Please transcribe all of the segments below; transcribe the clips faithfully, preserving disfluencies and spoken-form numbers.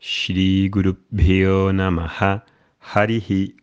Shri Gurubhyo Namaha Harihi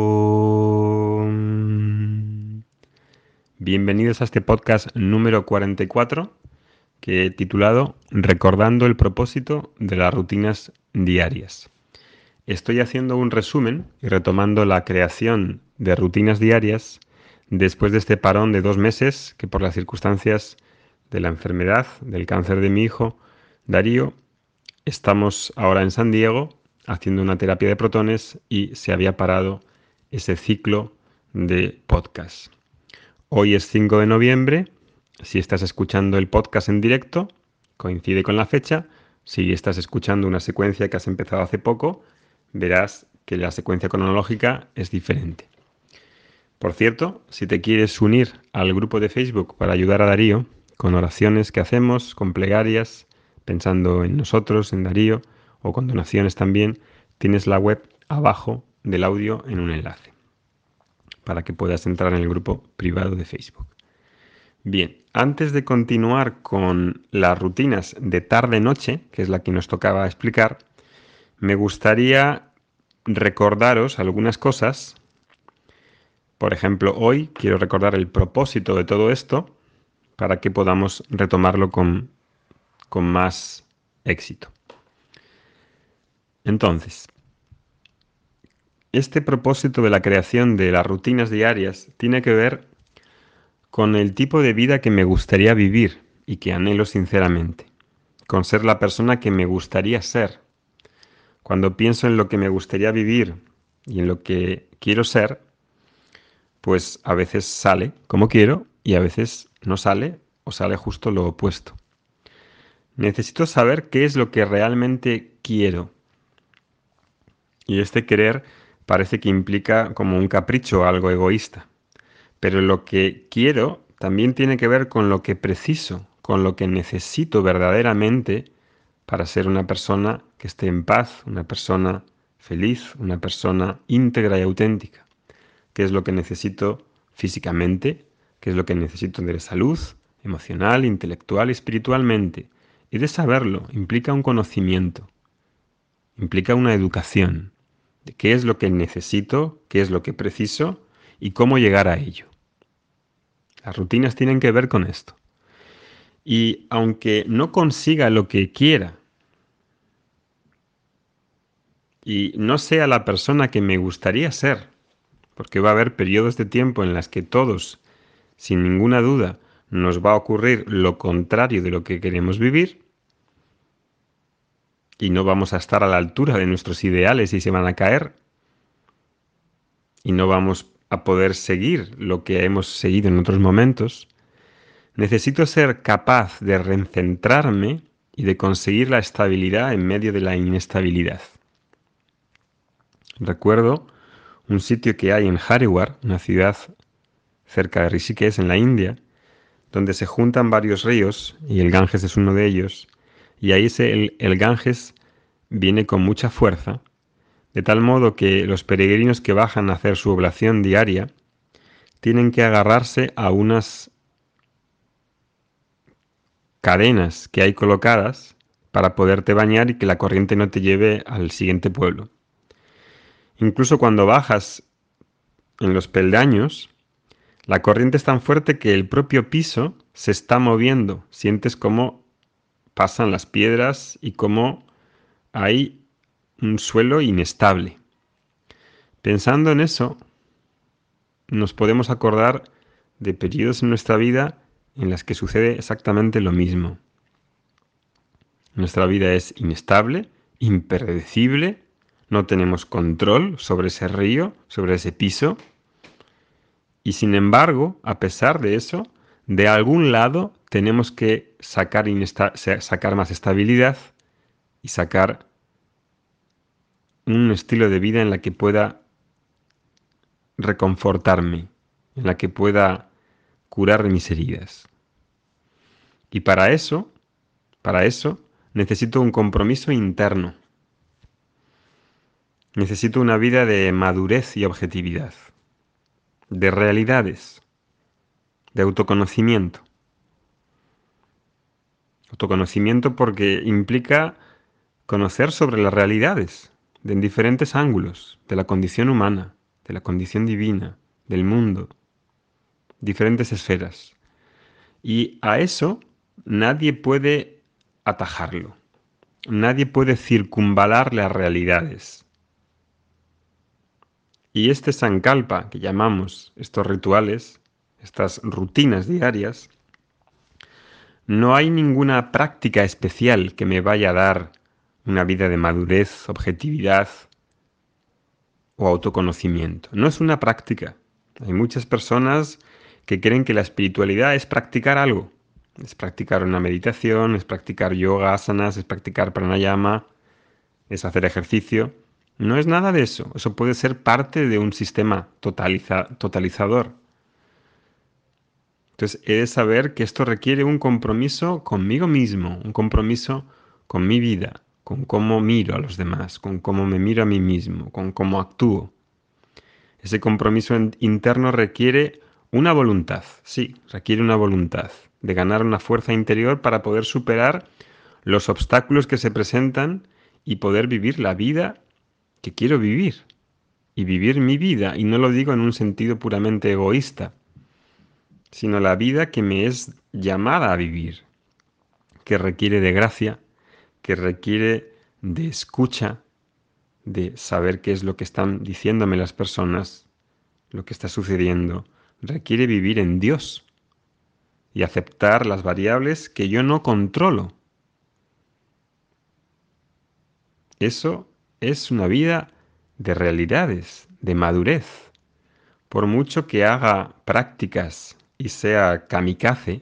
Om. Bienvenidos a este podcast número cuarenta y cuatro que he titulado Recordando el propósito de las rutinas diarias. Estoy haciendo un resumen y retomando la creación de rutinas diarias después de este parón de dos meses que por las circunstancias de la enfermedad, del cáncer de mi hijo, Darío, estamos ahora en San Diego haciendo una terapia de protones y se había parado ese ciclo de podcast. Hoy es cinco de noviembre. Si estás escuchando el podcast en directo, coincide con la fecha. Si estás escuchando una secuencia que has empezado hace poco, verás que la secuencia cronológica es diferente. Por cierto, si te quieres unir al grupo de Facebook para ayudar a Darío, con oraciones que hacemos, con plegarias, pensando en nosotros, en Darío, o con donaciones también, tienes la web abajo del audio en un enlace, para que puedas entrar en el grupo privado de Facebook. Bien, antes de continuar con las rutinas de tarde-noche, que es la que nos tocaba explicar, me gustaría recordaros algunas cosas. Por ejemplo, hoy quiero recordar el propósito de todo esto para que podamos retomarlo con, con más éxito. Entonces, este propósito de la creación de las rutinas diarias tiene que ver con el tipo de vida que me gustaría vivir y que anhelo sinceramente, con ser la persona que me gustaría ser. Cuando pienso en lo que me gustaría vivir y en lo que quiero ser, pues a veces sale como quiero y a veces no sale o sale justo lo opuesto. Necesito saber qué es lo que realmente quiero. Y este querer parece que implica como un capricho o algo egoísta. Pero lo que quiero también tiene que ver con lo que preciso, con lo que necesito verdaderamente para ser una persona que esté en paz, una persona feliz, una persona íntegra y auténtica. ¿Qué es lo que necesito físicamente? ¿Qué es lo que necesito de salud, emocional, intelectual y espiritualmente? Y de saberlo implica un conocimiento, implica una educación de qué es lo que necesito, qué es lo que preciso y cómo llegar a ello. Las rutinas tienen que ver con esto. Y aunque no consiga lo que quiera y no sea la persona que me gustaría ser, porque va a haber periodos de tiempo en los que todos, sin ninguna duda, nos va a ocurrir lo contrario de lo que queremos vivir y no vamos a estar a la altura de nuestros ideales y se van a caer y no vamos a poder seguir lo que hemos seguido en otros momentos. Necesito ser capaz de recentrarme y de conseguir la estabilidad en medio de la inestabilidad. Recuerdo un sitio que hay en Haridwar, una ciudad cerca de Rishikesh, en la India, donde se juntan varios ríos, y el Ganges es uno de ellos, y ahí se, el, el Ganges viene con mucha fuerza, de tal modo que los peregrinos que bajan a hacer su oblación diaria tienen que agarrarse a unas cadenas que hay colocadas para poderte bañar y que la corriente no te lleve al siguiente pueblo. Incluso cuando bajas en los peldaños, la corriente es tan fuerte que el propio piso se está moviendo. Sientes cómo pasan las piedras y cómo hay un suelo inestable. Pensando en eso, nos podemos acordar de periodos en nuestra vida en las que sucede exactamente lo mismo. Nuestra vida es inestable, impredecible, no tenemos control sobre ese río, sobre ese piso. Y sin embargo, a pesar de eso, de algún lado tenemos que sacar, inesta- sacar más estabilidad y sacar un estilo de vida en la que pueda reconfortarme, en la que pueda curar mis heridas. Y para eso, para eso, necesito un compromiso interno. Necesito una vida de madurez y objetividad, de realidades, de autoconocimiento. Autoconocimiento porque implica conocer sobre las realidades de en diferentes ángulos, de la condición humana, de la condición divina, del mundo, diferentes esferas. Y a eso nadie puede atajarlo, nadie puede circunvalar las realidades. Y este sankalpa que llamamos estos rituales, estas rutinas diarias, no hay ninguna práctica especial que me vaya a dar una vida de madurez, objetividad o autoconocimiento. No es una práctica. Hay muchas personas que creen que la espiritualidad es practicar algo. Es practicar una meditación, es practicar yoga, asanas, es practicar pranayama, es hacer ejercicio. No es nada de eso. Eso puede ser parte de un sistema totaliza- totalizador. Entonces, he de saber que esto requiere un compromiso conmigo mismo, un compromiso con mi vida, con cómo miro a los demás, con cómo me miro a mí mismo, con cómo actúo. Ese compromiso interno requiere una voluntad, sí, requiere una voluntad de ganar una fuerza interior para poder superar los obstáculos que se presentan y poder vivir la vida que quiero vivir. Y vivir mi vida, y no lo digo en un sentido puramente egoísta, sino la vida que me es llamada a vivir, que requiere de gracia, que requiere de escucha, de saber qué es lo que están diciéndome las personas, lo que está sucediendo, requiere vivir en Dios y aceptar las variables que yo no controlo. Eso es una vida de realidades, de madurez. Por mucho que haga prácticas y sea kamikaze,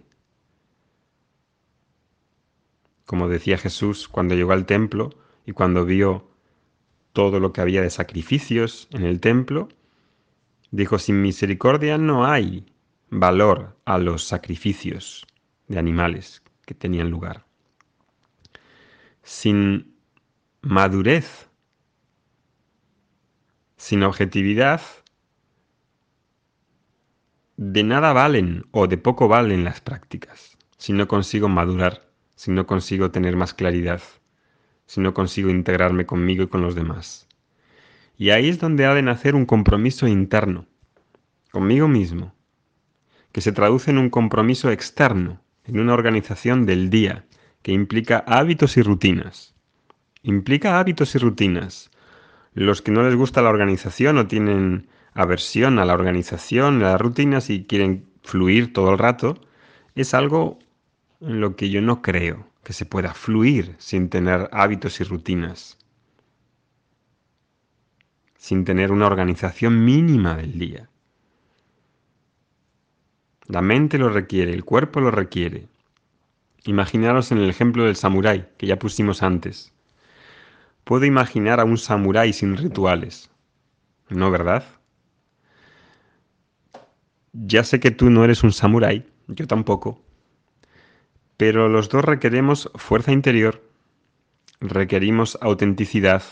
como decía Jesús cuando llegó al templo y cuando vio todo lo que había de sacrificios en el templo, dijo, sin misericordia no hay valor a los sacrificios de animales que tenían lugar. Sin madurez, sin objetividad, de nada valen o de poco valen las prácticas, si no consigo madurar, si no consigo tener más claridad, si no consigo integrarme conmigo y con los demás. Y ahí es donde ha de nacer un compromiso interno, conmigo mismo, que se traduce en un compromiso externo, en una organización del día, que implica hábitos y rutinas. Implica hábitos y rutinas. Los que no les gusta la organización o tienen aversión a la organización, a las rutinas y quieren fluir todo el rato, es algo en lo que yo no creo que se pueda fluir sin tener hábitos y rutinas, sin tener una organización mínima del día. La mente lo requiere, el cuerpo lo requiere. Imaginaros en el ejemplo del samurái, que ya pusimos antes. Puedo imaginar a un samurái sin rituales, ¿no, verdad? Ya sé que tú no eres un samurái, yo tampoco, pero los dos requerimos fuerza interior, requerimos autenticidad,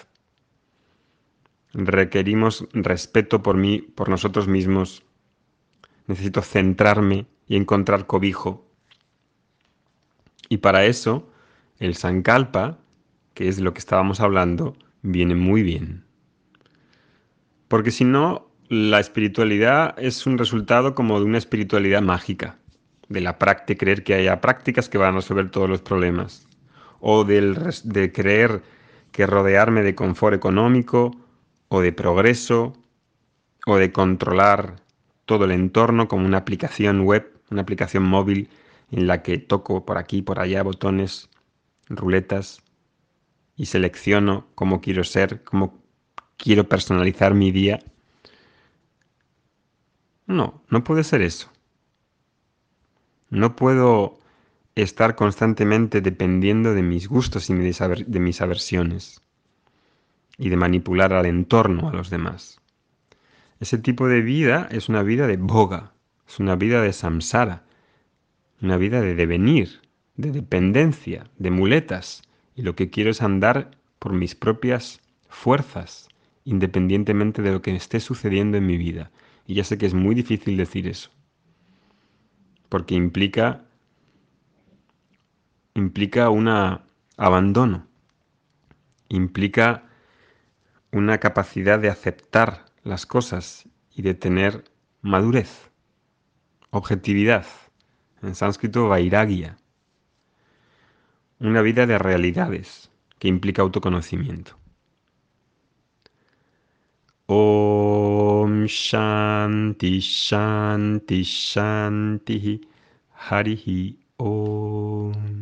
requerimos respeto por mí, por nosotros mismos. Necesito centrarme y encontrar cobijo. Y para eso, el sankalpa, que es de lo que estábamos hablando, viene muy bien. Porque si no, la espiritualidad es un resultado como de una espiritualidad mágica, de la práctica, creer que haya prácticas que van a resolver todos los problemas, o del, de creer que rodearme de confort económico, o de progreso, o de controlar todo el entorno como una aplicación web, una aplicación móvil en la que toco por aquí, por allá botones, ruletas, y selecciono cómo quiero ser, cómo quiero personalizar mi día. No, no puede ser eso. No puedo estar constantemente dependiendo de mis gustos y de mis aversiones y de manipular al entorno, a los demás. Ese tipo de vida es una vida de boga, es una vida de samsara, una vida de devenir, de dependencia, de muletas. Y lo que quiero es andar por mis propias fuerzas, independientemente de lo que esté sucediendo en mi vida. Y ya sé que es muy difícil decir eso, porque implica implica un abandono, implica una capacidad de aceptar las cosas y de tener madurez, objetividad, en sánscrito vairagya, una vida de realidades que implica autoconocimiento. Om Shanti Shanti Shanti Harihi Om.